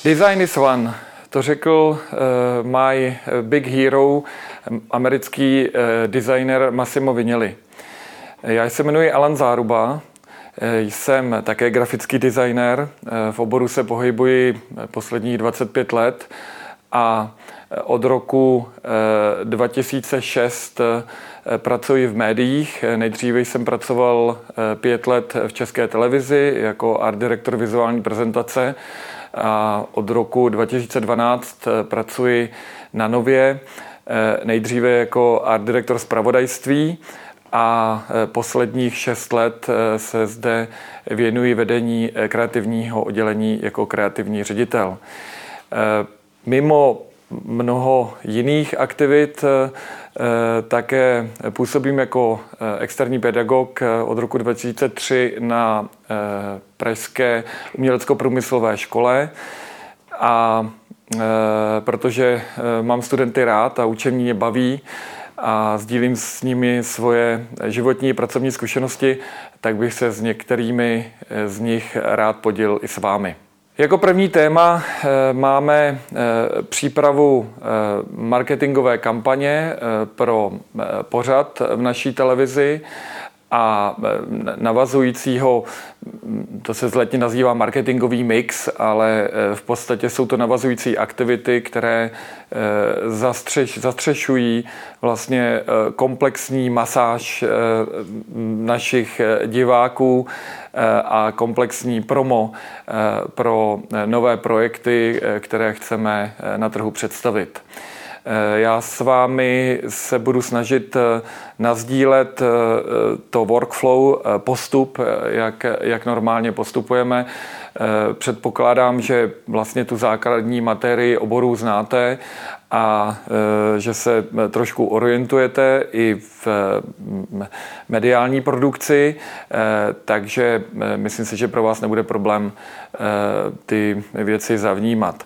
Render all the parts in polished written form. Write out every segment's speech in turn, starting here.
Design is one. To řekl my big hero, americký designer Massimo Vignelli. Já se jmenuji Alan Záruba, jsem také grafický designer, v oboru se pohybuji posledních 25 let a od roku 2006 pracuji v médiích. Nejdříve jsem pracoval 5 let v České televizi jako art director vizuální prezentace a od roku 2012 pracuji na Nově, nejdříve jako art director zpravodajství a posledních 6 let se zde věnuji vedení kreativního oddělení jako kreativní ředitel. Mimo mnoho jiných aktivit také působím jako externí pedagog od roku 2003 na pražské umělecko-průmyslové škole a protože mám studenty rád a učení mě baví a sdílím s nimi svoje životní pracovní zkušenosti, tak bych se s některými z nich rád podělil i s vámi. Jako první téma máme přípravu marketingové kampaně pro pořad v naší televizi a navazujícího, to se zletně nazývá marketingový mix, ale v podstatě jsou to navazující aktivity, které zastřešují vlastně komplexní masáž našich diváků a komplexní promo pro nové projekty, které chceme na trhu představit. Já s vámi se budu snažit nasdílet to workflow, postup, jak normálně postupujeme. Předpokládám, že vlastně tu základní materii oborů znáte a že se trošku orientujete i v mediální produkci, takže myslím si, že pro vás nebude problém ty věci zavnímat.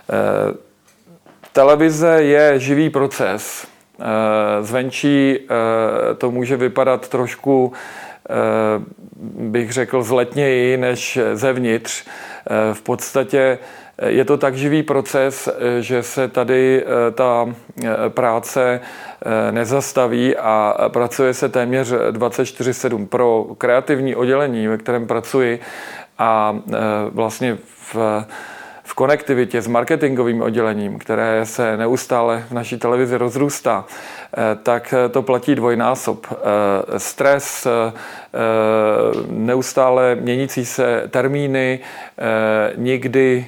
Televize je živý proces. Zvenčí to může vypadat trošku, bych řekl, vzletněji než zevnitř. V podstatě je to tak živý proces, že se tady ta práce nezastaví a pracuje se téměř 24/7. Pro kreativní oddělení, ve kterém pracuji a vlastně v konektivitě s marketingovým oddělením, které se neustále v naší televizi rozrůstá, tak to platí dvojnásob. Stres, neustále měnící se termíny, nikdy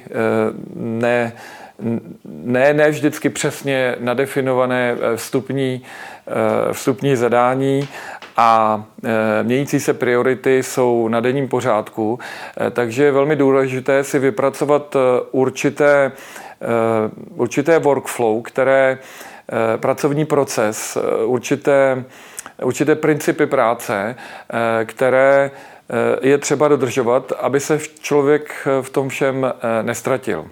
ne vždycky přesně nadefinované vstupní zadání a měnící se priority jsou na denním pořádku, takže je velmi důležité si vypracovat určité workflow, pracovní proces, určité principy práce, které je třeba dodržovat, aby se člověk v tom všem nestratil.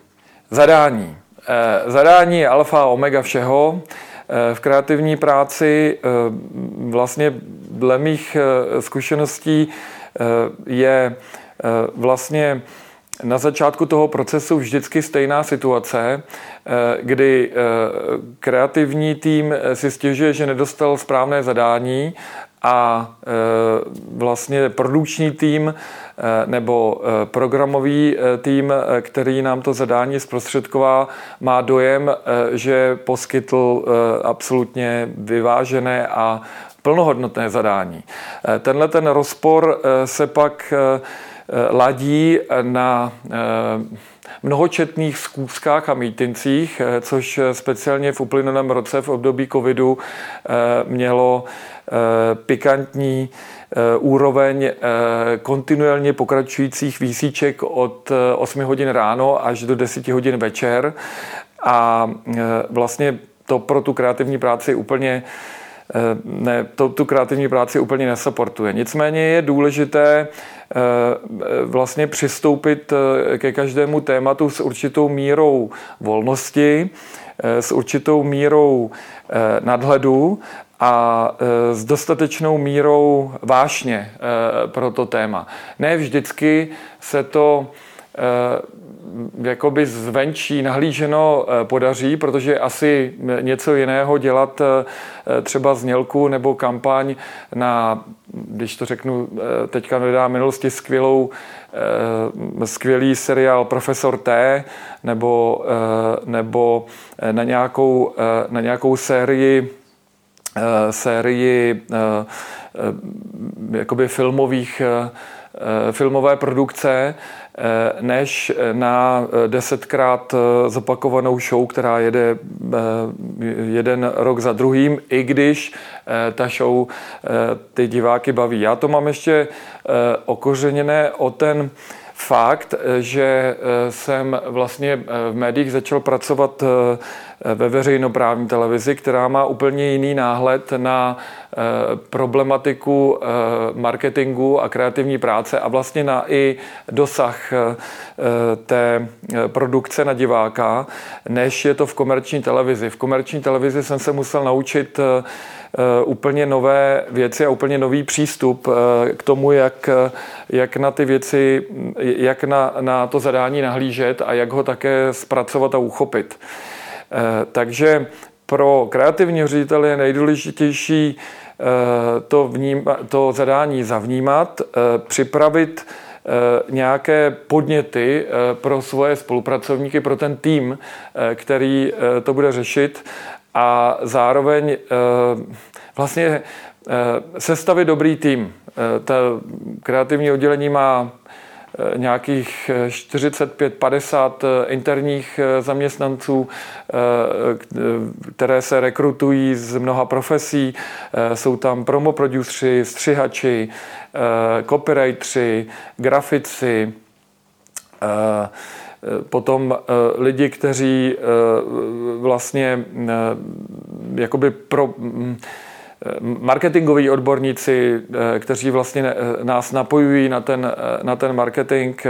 Zadání je alfa a omega všeho. V kreativní práci vlastně dle mých zkušeností je vlastně na začátku toho procesu vždycky stejná situace, kdy kreativní tým si stěžuje, že nedostal správné zadání a vlastně produkční tým nebo programový tým, který nám to zadání zprostředková, má dojem, že poskytl absolutně vyvážené a plnohodnotné zadání. Tenhle ten rozpor se pak ladí na mnohočetných schůzkách a mítincích, což speciálně v uplynulém roce v období covidu mělo pikantní úroveň kontinuálně pokračujících výsíček od 8 hodin ráno až do 10 hodin večer a vlastně to pro tu kreativní práci tu kreativní práci úplně nesuportuje. Nicméně je důležité vlastně přistoupit ke každému tématu s určitou mírou volnosti, s určitou mírou nadhledu a s dostatečnou mírou vášně pro to téma. Ne vždycky se to jakoby zvenčí nahlíženo podaří, protože asi něco jiného dělat třeba znělku nebo kampaň na, když to řeknu teďka nedá minulosti, skvělý seriál Profesor T nebo na nějakou sérii jakoby filmové produkce, než na 10krát zopakovanou show, která jede jeden rok za druhým, i když ta show ty diváky baví. Já to mám ještě okořeněné o ten fakt, že jsem vlastně v médiích začal pracovat ve veřejnoprávní televizi, která má úplně jiný náhled na problematiku marketingu a kreativní práce a vlastně na i dosah té produkce na diváka, než je to v komerční televizi. V komerční televizi jsem se musel naučit úplně nové věci a úplně nový přístup k tomu, jak na ty věci, jak na to zadání nahlížet a jak ho také zpracovat a uchopit. Takže pro kreativního ředitele je nejdůležitější to zadání zavnímat, připravit nějaké podněty pro svoje spolupracovníky, pro ten tým, který to bude řešit, a zároveň vlastně sestavit dobrý tým. To kreativní oddělení má nějakých 45-50 interních zaměstnanců, které se rekrutují z mnoha profesí. Jsou tam promoproduceři, střihači, copywriteri, grafici, potom lidi, kteří vlastně jakoby marketingoví odborníci, kteří vlastně nás napojují na ten marketing,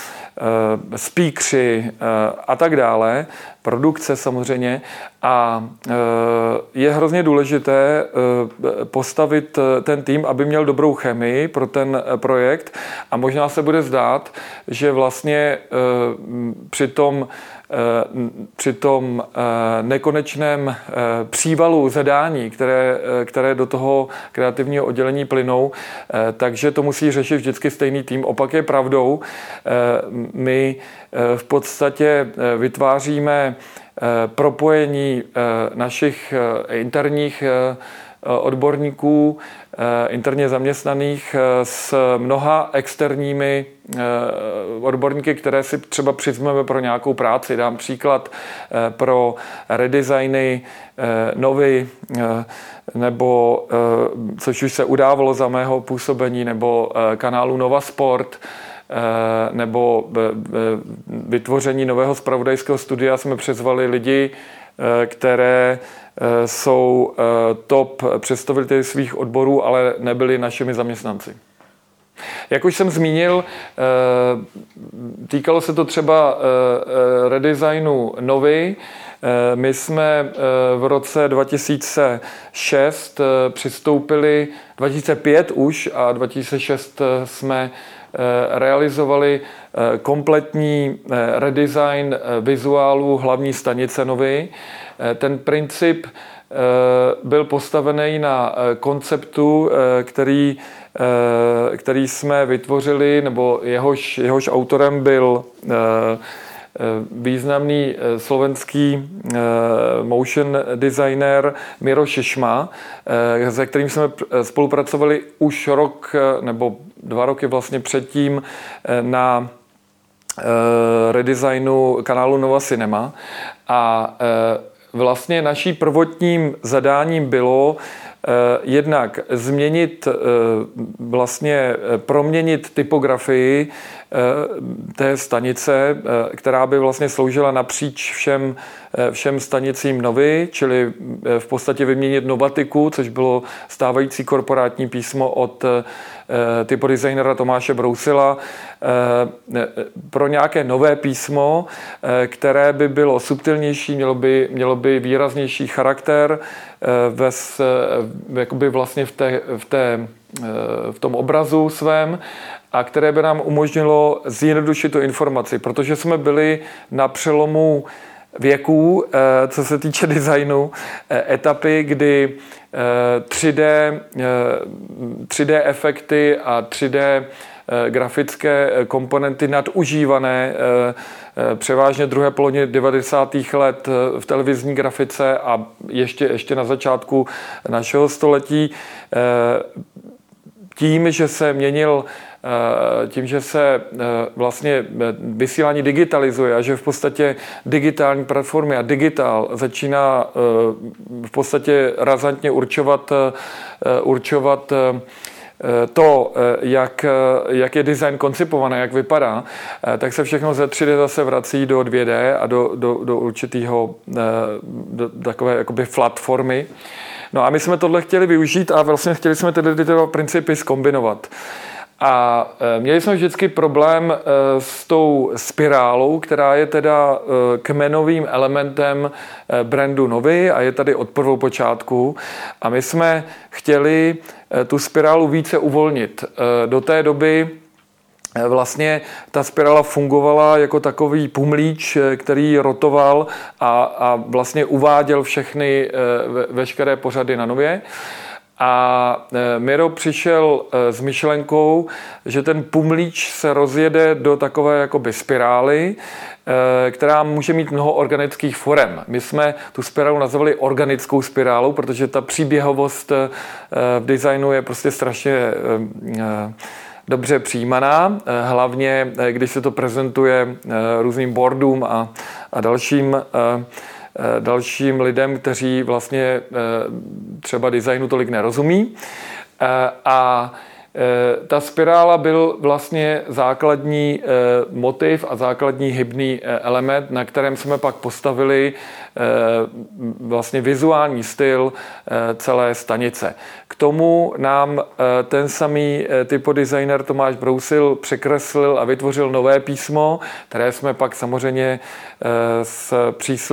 speakři a tak dále, produkce samozřejmě. A je hrozně důležité postavit ten tým, aby měl dobrou chemii pro ten projekt, a možná se bude zdát, že vlastně při tom nekonečném přívalu zadání, které do toho kreativního oddělení plynou, takže to musí řešit vždycky stejný tým. Opak je pravdou. My v podstatě vytváříme propojení našich interních odborníků, interně zaměstnaných s mnoha externími odborníky, které si třeba přizmeme pro nějakou práci. Dám příklad pro redesigny Novy, nebo, což už se udávalo za mého působení, nebo kanálu Nova Sport, nebo vytvoření nového zpravodajského studia jsme přizvali lidi, které jsou top představiteli svých odborů, ale nebyli našimi zaměstnanci. Jak už jsem zmínil, týkalo se to třeba redesignu Novy. My jsme v roce 2006 přistoupili, 2005 už a 2006 jsme realizovali kompletní redesign vizuálu hlavní stanice Novy. Ten princip byl postavený na konceptu, který jsme vytvořili, nebo jehož autorem byl významný slovenský motion designer Miro Šišma, se kterým jsme spolupracovali už rok nebo 2 roky vlastně předtím na redesignu kanálu Nova Cinema. A vlastně naší prvotním zadáním bylo jednak proměnit typografii té stanice, která by vlastně sloužila napříč všem stanicím Novy, čili v podstatě vyměnit Novatiku, což bylo stávající korporátní písmo od typodesignera Tomáše Brousila, pro nějaké nové písmo, které by bylo subtilnější, mělo by výraznější charakter jakoby vlastně v té v tom obrazu svém a které by nám umožnilo zjednodušit tu informaci, protože jsme byli na přelomu věků, co se týče designu, etapy, kdy 3D efekty a 3D grafické komponenty nadužívané převážně druhé polovině 90. let v televizní grafice a ještě na začátku našeho století. Tím, že se vlastně vysílání digitalizuje a že v podstatě digitální platformy a digitál začíná v podstatě razantně určovat to, jak je design koncipovaný, jak vypadá, tak se všechno ze 3D zase vrací do 2D a do určitého takové jakoby flat formy. No a my jsme tohle chtěli využít a vlastně chtěli jsme tyto principy zkombinovat. A měli jsme vždycky problém s tou spirálou, která je teda kmenovým elementem brandu Novy a je tady od prvopočátku. A my jsme chtěli tu spirálu více uvolnit. Do té doby vlastně ta spirála fungovala jako takový pumlíč, který rotoval a vlastně uváděl veškeré pořady na Nově. A Miro přišel s myšlenkou, že ten pumlíč se rozjede do takové jakoby spirály, která může mít mnoho organických forem. My jsme tu spirálu nazvali organickou spirálou, protože ta příběhovost v designu je prostě strašně dobře přijímaná, hlavně když se to prezentuje různým boardům a dalším lidem, kteří vlastně třeba designu tolik nerozumí. A ta spirála byl vlastně základní motiv a základní hybný element, na kterém jsme pak postavili vlastně vizuální styl celé stanice. K tomu nám ten samý typodesigner Tomáš Brousil překreslil a vytvořil nové písmo, které jsme pak samozřejmě s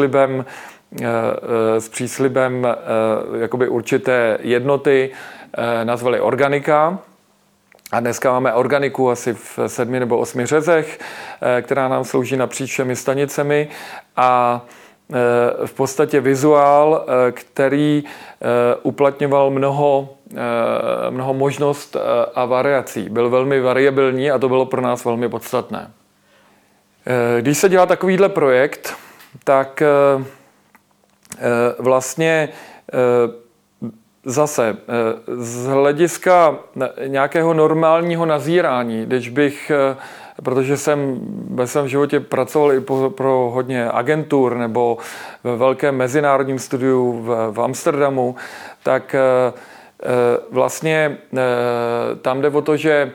příslibem jakoby určité jednoty nazvali organika. A dneska máme organiku asi v 7 nebo 8 řezech, která nám slouží napříč všemi stanicemi a v podstatě vizuál, který uplatňoval mnoho možnost a variací. Byl velmi variabilní a to bylo pro nás velmi podstatné. Když se dělá takovýhle projekt, tak vlastně zase z hlediska nějakého normálního nazírání, protože jsem ve svém životě pracoval i pro hodně agentur nebo ve velkém mezinárodním studiu v Amsterdamu, tak vlastně tam jde o to, že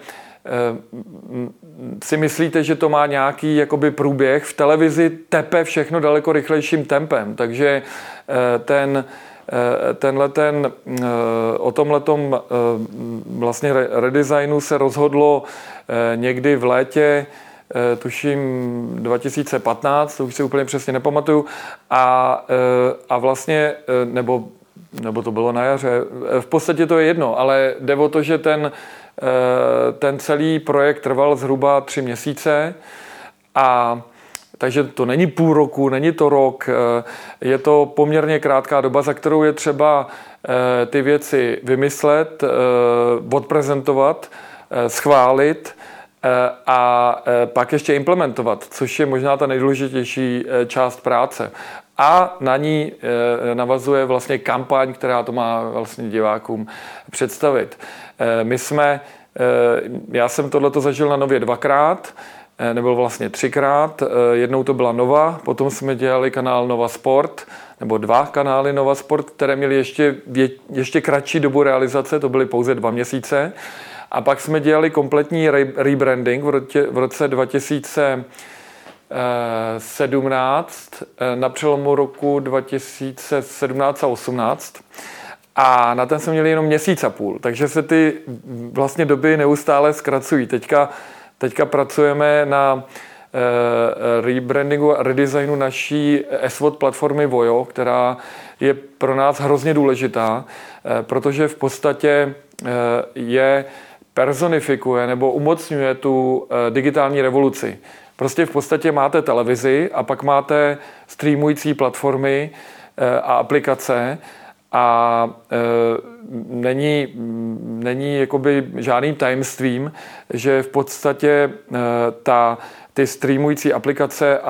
si myslíte, že to má nějaký jakoby průběh. V televizi tepe všechno daleko rychlejším tempem, takže o tomhletom vlastně redesignu se rozhodlo někdy v létě, tuším 2015, to už si úplně přesně nepamatuju, a vlastně, nebo to bylo na jaře, v podstatě to je jedno, ale jde o to, že ten celý projekt trval zhruba 3 měsíce a takže to není půl roku, není to rok, je to poměrně krátká doba, za kterou je třeba ty věci vymyslet, odprezentovat, schválit a pak ještě implementovat, což je možná ta nejdůležitější část práce. A na ní navazuje vlastně kampaň, která to má vlastně divákům představit. Já jsem tohleto zažil na Nově 2krát, nebo vlastně 3krát. Jednou to byla Nova, potom jsme dělali kanál Nova Sport, nebo 2 kanály Nova Sport, které měly ještě kratší dobu realizace, to byly pouze 2 měsíce. A pak jsme dělali kompletní rebranding v roce 2017, na přelomu roku 2017 a 2018. A na ten jsme měli jenom 1,5 měsíce, takže se ty vlastně doby neustále zkracují. Teďka pracujeme na rebrandingu a redesignu naší SWOT platformy Voyo, která je pro nás hrozně důležitá, protože v podstatě je personifikuje nebo umocňuje tu digitální revoluci. Prostě v podstatě máte televizi a pak máte streamující platformy a aplikace a není jakoby žádným tajemstvím, že v podstatě ty streamující aplikace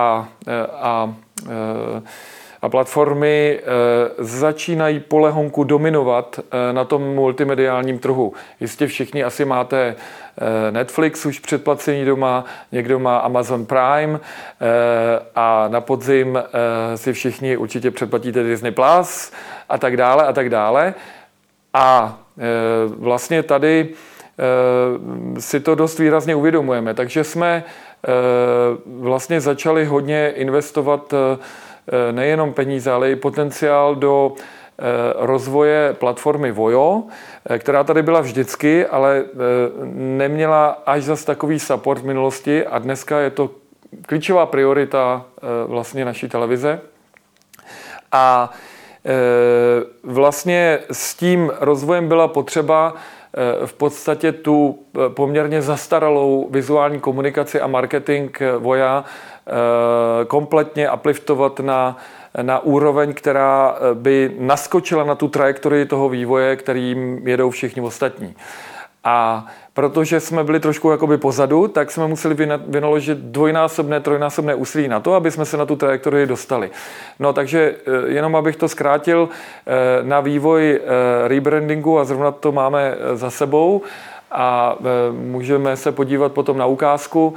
a platformy začínají polehonku dominovat na tom multimediálním trhu. Jistě všichni asi máte Netflix už předplacený doma, někdo má Amazon Prime a na podzim si všichni určitě předplatíte Disney Plus a tak dále a tak dále. A vlastně tady si to dost výrazně uvědomujeme. Takže jsme vlastně začali hodně investovat nejenom peníze, ale i potenciál do rozvoje platformy Voyo, která tady byla vždycky, ale neměla až zas takový support v minulosti a dneska je to klíčová priorita vlastně naší televize. A vlastně s tím rozvojem byla potřeba v podstatě tu poměrně zastaralou vizuální komunikaci a marketing Voya kompletně upliftovat na úroveň, která by naskočila na tu trajektorii toho vývoje, kterým jedou všichni ostatní. A protože jsme byli trošku jakoby pozadu, tak jsme museli vynaložit trojnásobné úsilí na to, aby jsme se na tu trajektorii dostali. No takže jenom abych to zkrátil, na vývoj rebrandingu, a zrovna to máme za sebou, a můžeme se podívat potom na ukázku.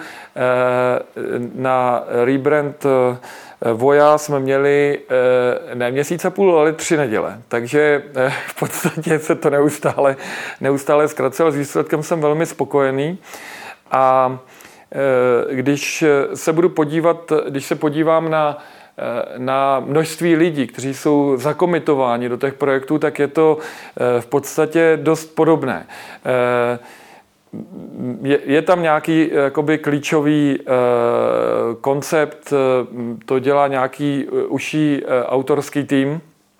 Na rebrand Voya jsme měli ne měsíc a půl, ale 3 neděle. Takže v podstatě se to neustále zkracuje. S výsledkem jsem velmi spokojený. A když se podívám na množství lidí, kteří jsou zakomitováni do těch projektů, tak je to v podstatě dost podobné. Je tam nějaký jakoby klíčový koncept, to dělá nějaký užší autorský tým,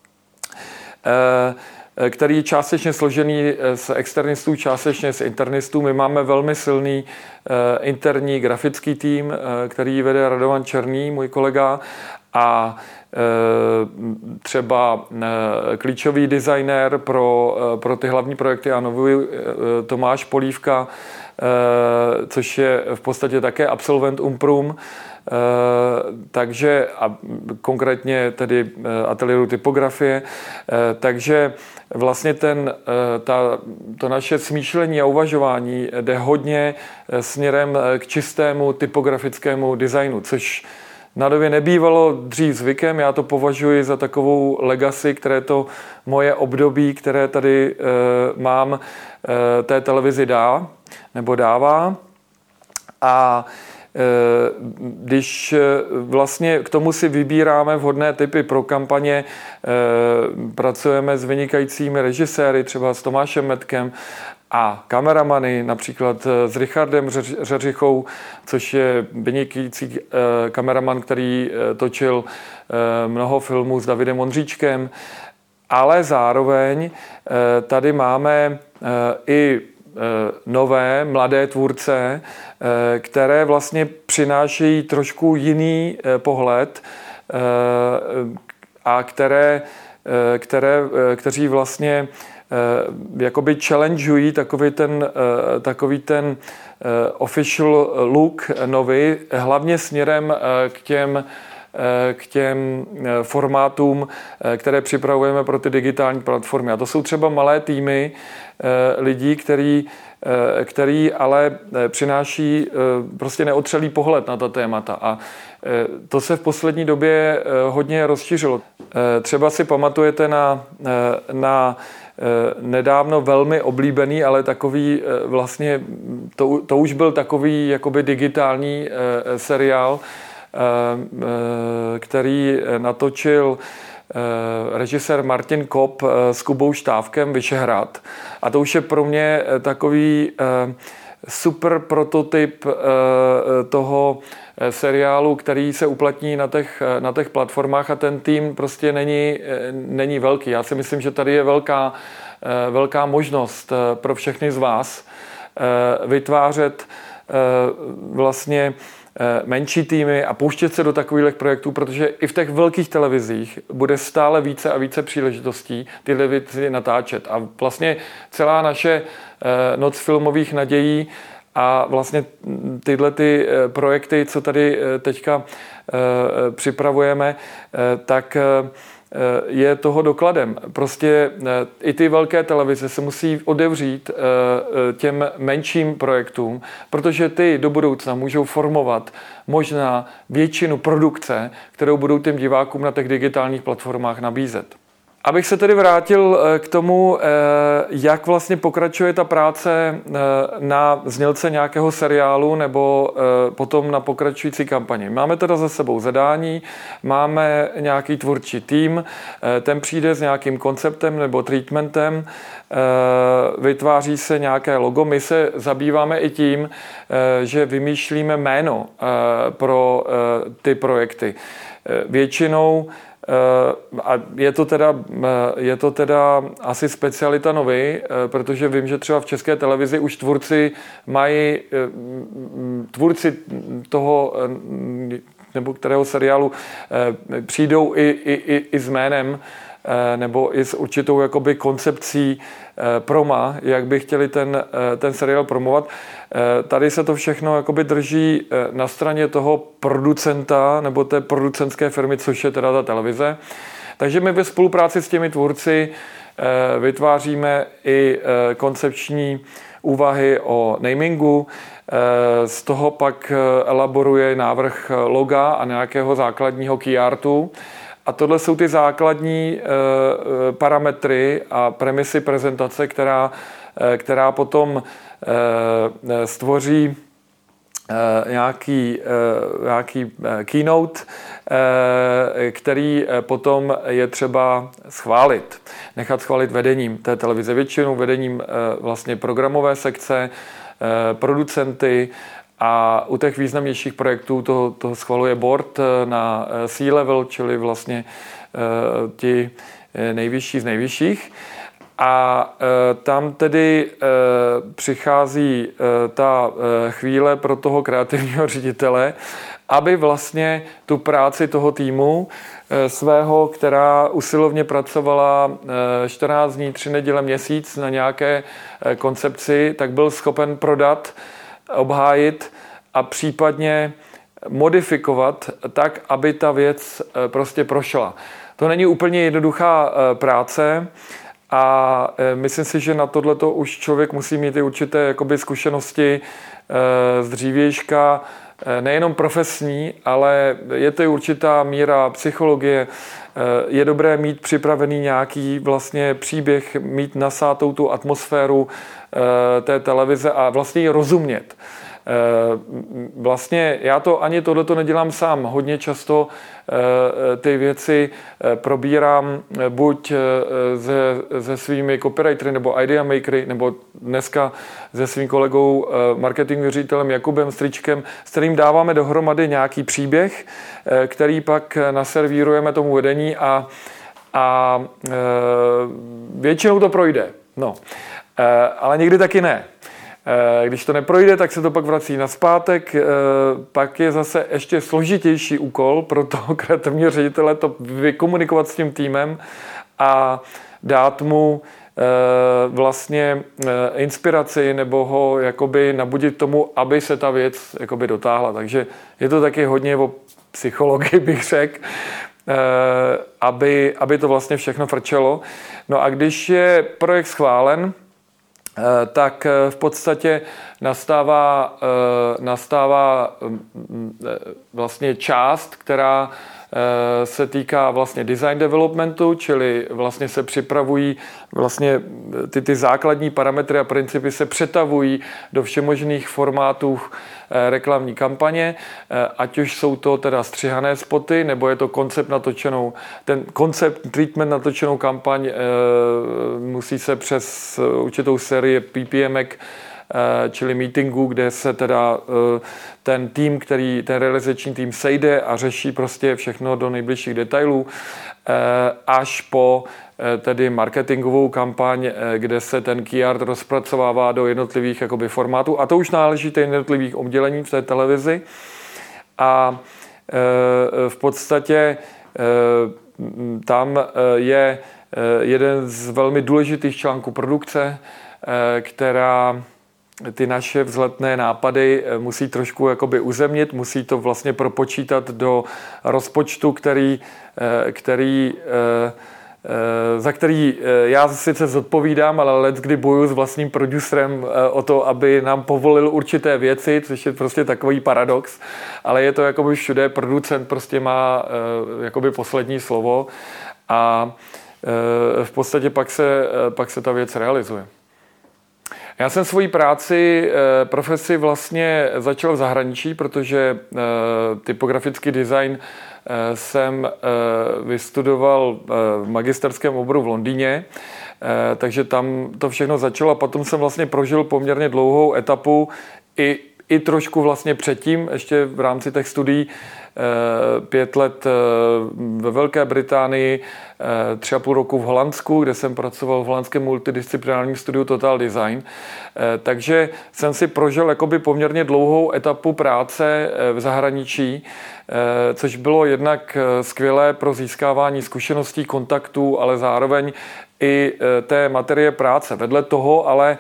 který je částečně složený z externistů, částečně z internistů. My máme velmi silný interní grafický tým, který vede Radovan Černý, můj kolega, a třeba klíčový designér pro ty hlavní projekty a nový Tomáš Polívka, což je v podstatě také absolvent Umprum, takže a konkrétně tedy ateliéru typografie, takže vlastně to naše smýšlení a uvažování jde hodně směrem k čistému typografickému designu, což na době nebývalo dřív zvykem. Já to považuji za takovou legacy, které to moje období, které tady mám, té televizi dává. A když vlastně k tomu si vybíráme vhodné typy pro kampaně, pracujeme s vynikajícími režiséry, třeba s Tomášem Metkem, a kameramany, například s Richardem Řeřichou, což je vynikající kameraman, který točil mnoho filmů s Davidem Ondříčkem, ale zároveň tady máme i nové, mladé tvůrce, které vlastně přinášejí trošku jiný pohled a kteří vlastně jakoby challengeují takový ten official look nový, hlavně směrem k těm formátům, které připravujeme pro ty digitální platformy. A to jsou třeba malé týmy lidí, který ale přináší prostě neotřelý pohled na ta témata. A to se v poslední době hodně rozšířilo. Třeba si pamatujete na nedávno velmi oblíbený, ale takový vlastně, to už byl takový jakoby digitální seriál, který natočil režisér Martin Kopp s Kubou Štávkem, Vyšehrad. A to už je pro mě takový super prototyp toho seriálu, který se uplatní na těch platformách a ten tým prostě není velký. Já si myslím, že tady je velká možnost pro všechny z vás vytvářet vlastně menší týmy a pouštět se do takových projektů, protože i v těch velkých televizích bude stále více a více příležitostí tyhle věci natáčet. A vlastně celá naše noc filmových nadějí a vlastně tyhle ty projekty, co tady teďka připravujeme, tak je toho dokladem. Prostě i ty velké televize se musí otevřít těm menším projektům, protože ty do budoucna můžou formovat možná většinu produkce, kterou budou těm divákům na těch digitálních platformách nabízet. Abych se tedy vrátil k tomu, jak vlastně pokračuje ta práce na znělce nějakého seriálu nebo potom na pokračující kampani. Máme teda za sebou zadání, máme nějaký tvůrčí tým, ten přijde s nějakým konceptem nebo treatmentem, vytváří se nějaké logo. My se zabýváme i tím, že vymýšlíme jméno pro ty projekty. Většinou a je to teda asi specialita nový, protože vím, že třeba v České televizi už tvůrci toho nebo kterého seriálu přijdou i s jménem nebo i s určitou jakoby koncepcí proma, jak by chtěli ten seriál promovat. Tady se to všechno jakoby drží na straně toho producenta nebo té producentské firmy, což je teda ta televize. Takže my ve spolupráci s těmi tvůrci vytváříme i koncepční úvahy o namingu, z toho pak elaboruje návrh loga a nějakého základního key artu. A tohle jsou ty základní parametry a premisy prezentace, která potom stvoří nějaký keynote, který potom je třeba nechat schválit vedením té televize, většinou vedením vlastně programové sekce, producenty. A u těch významnějších projektů to schvaluje board na C-level, čili vlastně ti nejvyšší z nejvyšších. A tam tedy přichází ta chvíle pro toho kreativního ředitele, aby vlastně tu práci toho týmu svého, která usilovně pracovala 14 dní, 3 neděle, měsíc na nějaké koncepci, tak byl schopen prodat, obhájit a případně modifikovat tak, aby ta věc prostě prošla. To není úplně jednoduchá práce a myslím si, že na tohleto už člověk musí mít i určité jakoby zkušenosti z dřívějška, nejenom profesní, ale je to i určitá míra psychologie. Je dobré mít připravený nějaký vlastně příběh, mít nasátou tu atmosféru té televize a vlastně ji rozumět. Vlastně já to ani tohleto nedělám sám. Hodně často ty věci probírám buď se svými copywritery nebo idea makery, nebo dneska se svým kolegou marketingovým ředitelem Jakubem Stričkem, s kterým dáváme dohromady nějaký příběh, který pak naservírujeme tomu vedení a většinou to projde. No. Ale někdy taky ne. Když to neprojde, tak se to pak vrací nazpátek. Pak je zase ještě složitější úkol pro toho kreativního ředitele to vykomunikovat s tím týmem a dát mu vlastně inspiraci nebo ho jakoby nabudit tomu, aby se ta věc jakoby dotáhla. Takže je to taky hodně o psychologii, bych řekl, aby to vlastně všechno frčelo. No a když je projekt schválen, tak v podstatě nastává vlastně část, která se týká vlastně design developmentu, čili vlastně se připravují vlastně ty základní parametry a principy se přetavují do všemožných formátů reklamní kampaně, ať už jsou to teda střihané spoty, nebo je to koncept treatment natočenou kampaň musí se přes určitou sérii PPMek čili meetingu, kde se teda ten realizační tým sejde a řeší prostě všechno do nejbližších detailů, až po tedy marketingovou kampaň, kde se ten key art rozpracovává do jednotlivých jakoby formátů. A to už náleží těch jednotlivých oddělení v té televizi. A v podstatě tam je jeden z velmi důležitých článků produkce, která ty naše vzletné nápady musí trošku jakoby uzemnit, musí to vlastně propočítat do rozpočtu, za který já sice zodpovídám, ale leckdy bojuju s vlastním producerem o to, aby nám povolil určité věci, což je prostě takový paradox, ale je to jakoby všude, producent prostě má jakoby poslední slovo a v podstatě pak se ta věc realizuje. Já jsem svoji profesi vlastně začal v zahraničí, protože typografický design jsem vystudoval v magisterském oboru v Londýně, takže tam to všechno začalo a potom jsem vlastně prožil poměrně dlouhou etapu i trošku vlastně předtím, ještě v rámci těch studií, 5 let ve Velké Británii, 3,5 roku v Holandsku, kde jsem pracoval v holandském multidisciplinárním studiu Total Design. Takže jsem si prožil jakoby poměrně dlouhou etapu práce v zahraničí, což bylo jednak skvělé pro získávání zkušeností, kontaktů, ale zároveň i té materie práce. Vedle toho ale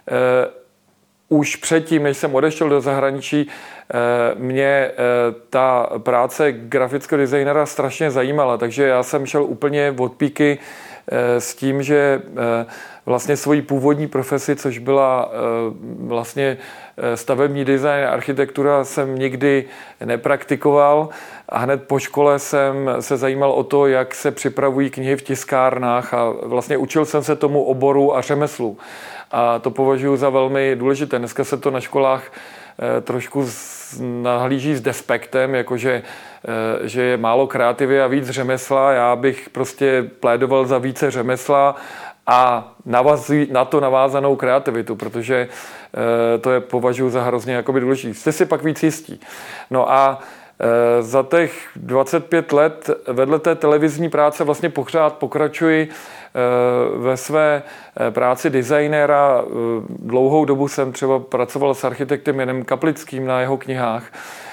už předtím, než jsem odešel do zahraničí, mě ta práce grafického designera strašně zajímala, takže já jsem šel úplně od píky s tím, že vlastně svoji původní profesi, což byla vlastně stavební design a architektura, jsem nikdy nepraktikoval a hned po škole jsem se zajímal o to, jak se připravují knihy v tiskárnách a vlastně učil jsem se tomu oboru a řemeslu. A to považuji za velmi důležité. Dneska se to na školách trošku nahlíží s despektem, jakože že je málo kreativy a víc řemesla. Já bych prostě plédoval za více řemesla a na to navázanou kreativitu, protože to je považuji za hrozně jakoby důležité. Jste si pak víc jistí. No a za těch 25 let vedle té televizní práce vlastně pořád pokračuji ve své práci designéra. Dlouhou dobu jsem třeba pracoval s architektem Janem Kaplickým na jeho knihách.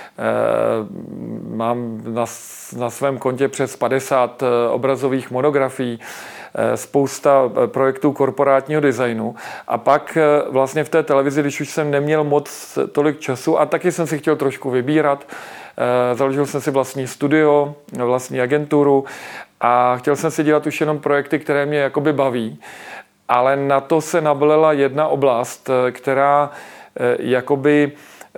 Mám na svém kontě přes 50 obrazových monografií, spousta projektů korporátního designu. A pak vlastně v té televizi, když už jsem neměl moc tolik času a taky jsem si chtěl trošku vybírat, založil jsem si vlastní studio, vlastní agenturu a chtěl jsem si dělat už jenom projekty, které mě jakoby baví. Ale na to se nabalila jedna oblast, která jakoby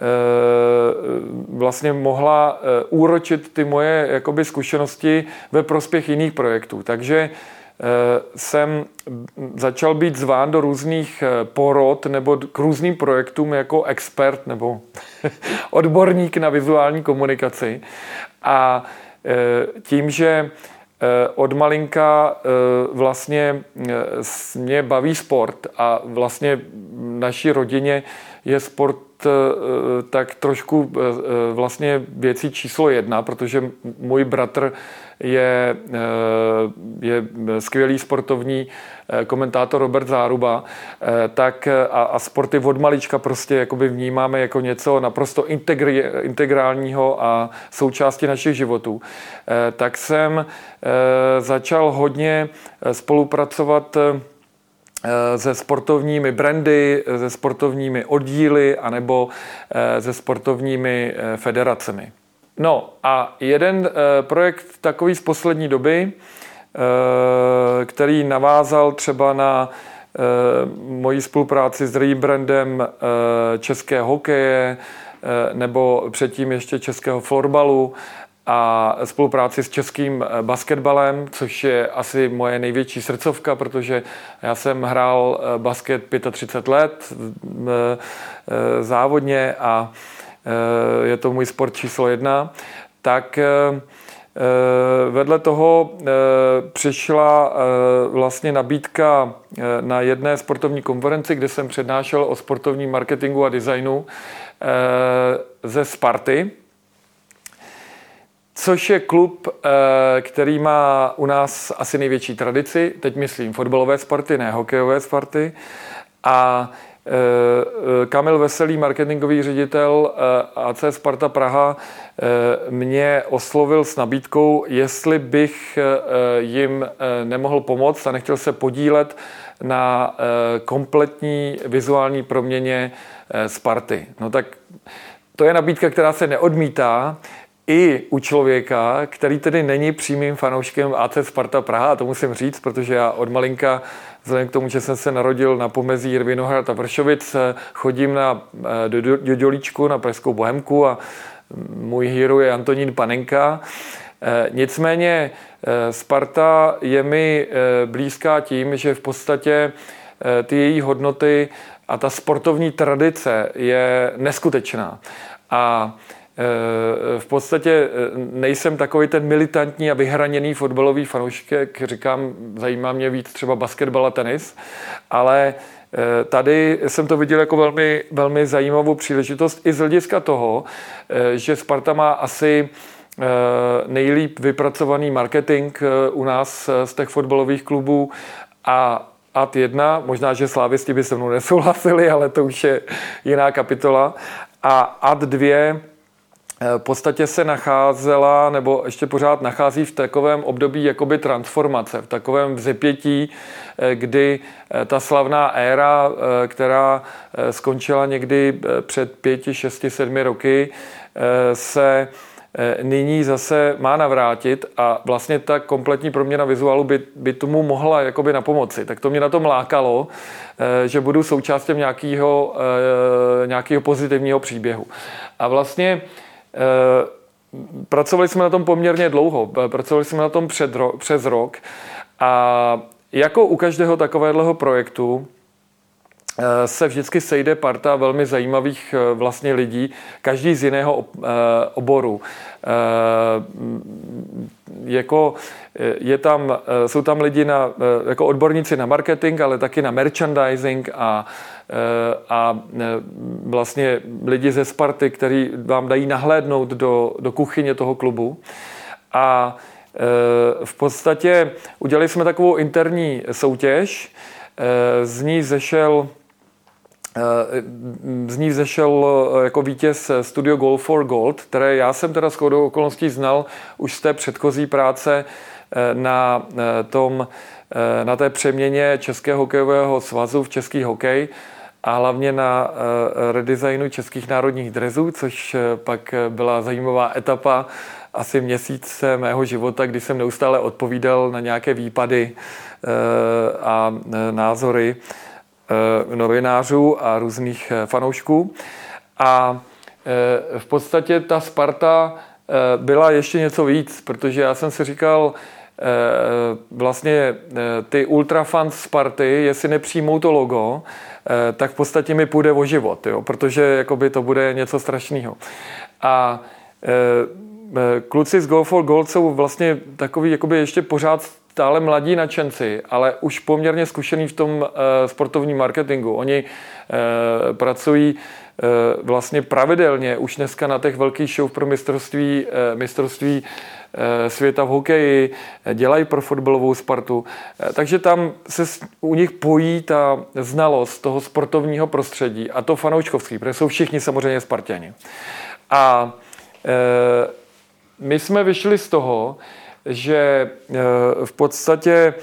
vlastně mohla úročit ty moje jakoby zkušenosti ve prospěch jiných projektů. Takže jsem začal být zván do různých porod nebo k různým projektům jako expert nebo odborník na vizuální komunikaci. A tím, že od malinka vlastně mě baví sport a vlastně v naší rodině je sport tak trošku vlastně věcí číslo 1, protože můj bratr je skvělý sportovní komentátor Robert Záruba, tak a sporty od malička prostě jakoby vnímáme jako něco naprosto integrálního a součástí našich životů. Tak jsem začal hodně spolupracovat se sportovními brandy, se sportovními oddíly anebo se sportovními federacemi. No a jeden projekt takový z poslední doby, který navázal třeba na moji spolupráci s rebrandem českého hokeje nebo předtím ještě českého florbalu a spolupráci s českým basketbalem, což je asi moje největší srdcovka, protože já jsem hrál basket 35 let závodně a je to můj sport číslo 1, tak Vedle toho přišla vlastně nabídka na jedné sportovní konferenci, kde jsem přednášel o sportovním marketingu a designu ze Sparty, což je klub, který má u nás asi největší tradici, teď myslím fotbalové Sparty, ne hokejové Sparty. A Kamil Veselý, marketingový ředitel AC Sparta Praha, mě oslovil s nabídkou, jestli bych jim nemohl pomoct a nechtěl se podílet na kompletní vizuální proměně Sparty. No tak to je nabídka, která se neodmítá i u člověka, který tedy není přímým fanouškem AC Sparta Praha, a to musím říct, protože já od malinka, vzhledem k tomu, že jsem se narodil na pomezí Vinohrad a Vršovic, chodím do Dělíčku na pražskou Bohemku a můj hero je Antonín Panenka. Nicméně Sparta je mi blízká tím, že v podstatě ty její hodnoty a ta sportovní tradice je neskutečná. A v podstatě nejsem takový ten militantní a vyhraněný fotbalový fanoušek, říkám, zajímá mě víc třeba basketbal a tenis, ale tady jsem to viděl jako velmi, velmi zajímavou příležitost i z hlediska toho, že Sparta má asi nejlíp vypracovaný marketing u nás z těch fotbalových klubů a Ad 1, možná, že slávisti by se mnou nesouhlasili, ale to už je jiná kapitola. A Ad 2 v podstatě se nacházela, nebo ještě pořád nachází v takovém období jakoby transformace, v takovém vzepětí, kdy ta slavná éra, která skončila někdy před 5, 6, 7 roky, se nyní zase má navrátit a vlastně ta kompletní proměna vizuálu by tomu mohla jakoby napomoci. Tak to mě na tom lákalo, že budu součástí nějakého pozitivního příběhu. A vlastně pracovali jsme na tom poměrně dlouho, pracovali jsme na tom přes rok a jako u každého takového projektu se vždycky sejde parta velmi zajímavých vlastně lidí, každý z jiného oboru. Jsou tam lidi jako odborníci na marketing, ale taky na merchandising a vlastně lidi ze Sparty, kteří vám dají nahlédnout do kuchyně toho klubu. A v podstatě udělali jsme takovou interní soutěž, z ní vzešel jako vítěz Studio Goal for Gold, které já jsem teda shodou okolností znal už z té předchozí práce na té přeměně Českého hokejového svazu v český hokej a hlavně na redesignu českých národních dresů, což pak byla zajímavá etapa asi měsíce mého života, kdy jsem neustále odpovídal na nějaké výpady a názory novinářů a různých fanoušků. A v podstatě ta Sparta byla ještě něco víc, protože já jsem si říkal, vlastně ty ultrafans Sparty, jestli nepřijmou to logo, tak v podstatě mi půjde o život, jo? Protože jakoby to bude něco strašného. A kluci z Go for Gold jsou vlastně takový jakoby ještě pořád stále mladí nadšenci, ale už poměrně zkušený v tom sportovním marketingu. Oni pracují vlastně pravidelně už dneska na těch velkých show pro mistrovství světa v hokeji, dělají pro fotbalovou Spartu. Takže tam se u nich pojí ta znalost toho sportovního prostředí a to fanouškovský, protože jsou všichni samozřejmě Sparťani. A my jsme vyšli z toho, že v podstatě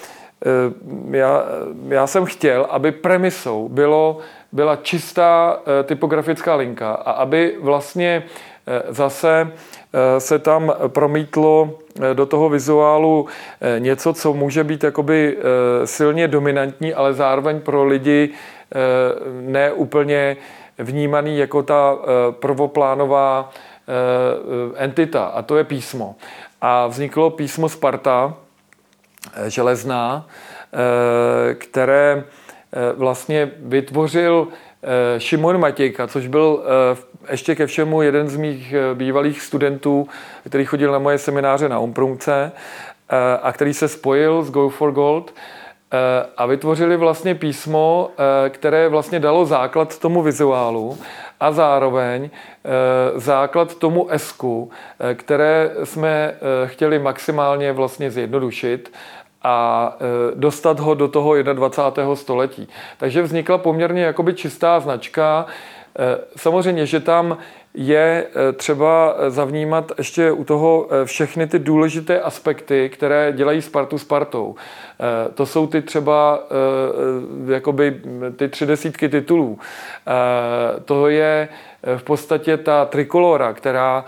já jsem chtěl, aby premisou byla čistá typografická linka a aby vlastně zase se tam promítlo do toho vizuálu něco, co může být jakoby silně dominantní, ale zároveň pro lidi neúplně vnímaný jako ta prvoplánová entita, a to je písmo. A vzniklo písmo Sparta, železná, které vlastně vytvořil Šimon Matějka, což byl ještě ke všemu jeden z mých bývalých studentů, který chodil na moje semináře na Omprumce a který se spojil s Go for Gold a vytvořili vlastně písmo, které vlastně dalo základ tomu vizuálu a zároveň základ tomu esku, které jsme chtěli maximálně vlastně zjednodušit a dostat ho do toho 21. století. Takže vznikla poměrně jakoby čistá značka. Samozřejmě, že tam je třeba zavnímat ještě u toho všechny ty důležité aspekty, které dělají Spartu Spartou. To jsou ty třeba jakoby ty 30 titulů. To je v podstatě ta trikolora, která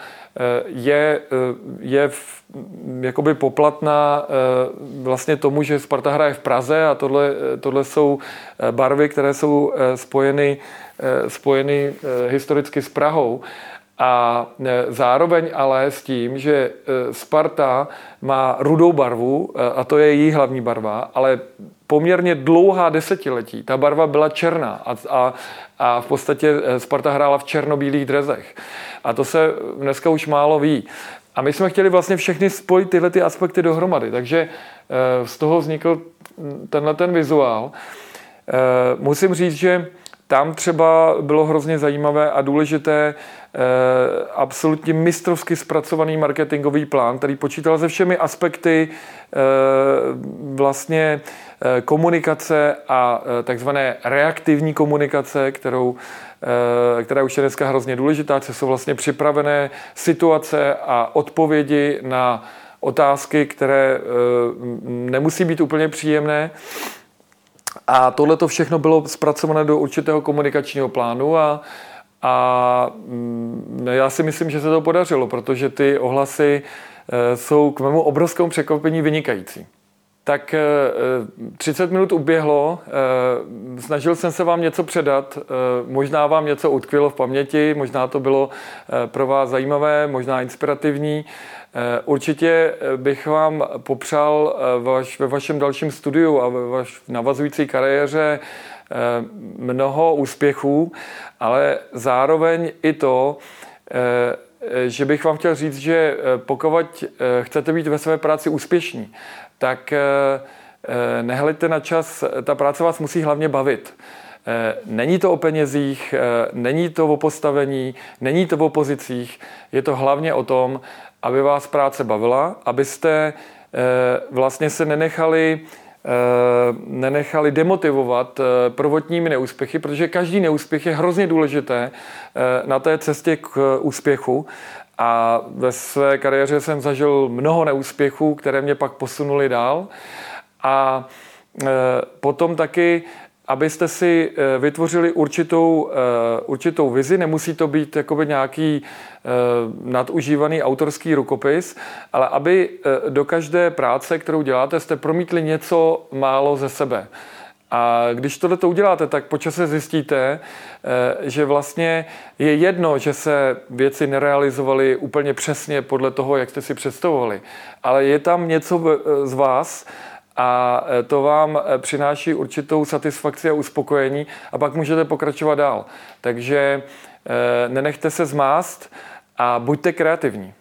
je jakoby poplatná vlastně tomu, že Sparta hraje v Praze a tohle jsou barvy, které jsou spojeny historicky s Prahou. A zároveň ale s tím, že Sparta má rudou barvu, a to je její hlavní barva, ale poměrně dlouhá desetiletí ta barva byla černá a v podstatě Sparta hrála v černobílých drezech. A to se dneska už málo ví. A my jsme chtěli vlastně všechny spojit tyhle ty aspekty dohromady, takže z toho vznikl ten vizuál. Musím říct, že tam třeba bylo hrozně zajímavé a důležité absolutně mistrovsky zpracovaný marketingový plán, který počítal se všemi aspekty vlastně komunikace a takzvané reaktivní komunikace, která už je dneska hrozně důležitá, co jsou vlastně připravené situace a odpovědi na otázky, které nemusí být úplně příjemné. A tohleto všechno bylo zpracované do určitého komunikačního plánu a já si myslím, že se to podařilo, protože ty ohlasy jsou k mému obrovskému překvapení vynikající. Tak 30 minut uběhlo, snažil jsem se vám něco předat, možná vám něco utkvělo v paměti, možná to bylo pro vás zajímavé, možná inspirativní. Určitě bych vám popřál ve vašem dalším studiu a ve vaší navazující kariéře mnoho úspěchů, ale zároveň i to, že bych vám chtěl říct, že pokud chcete být ve své práci úspěšní, tak nehleďte na čas, ta práce vás musí hlavně bavit. Není to o penězích, není to o postavení, není to o pozicích, je to hlavně o tom, aby vás práce bavila, abyste vlastně se nenechali demotivovat prvotními neúspěchy, protože každý neúspěch je hrozně důležité na té cestě k úspěchu. A ve své kariéře jsem zažil mnoho neúspěchů, které mě pak posunuly dál. A potom taky, abyste si vytvořili určitou vizi, nemusí to být jakoby nějaký nadužívaný autorský rukopis, ale aby do každé práce, kterou děláte, jste promítli něco málo ze sebe. A když tohleto uděláte, tak po čase zjistíte, že vlastně je jedno, že se věci nerealizovaly úplně přesně podle toho, jak jste si představovali. Ale je tam něco z vás a to vám přináší určitou satisfakci a uspokojení a pak můžete pokračovat dál. Takže nenechte se zmást a buďte kreativní.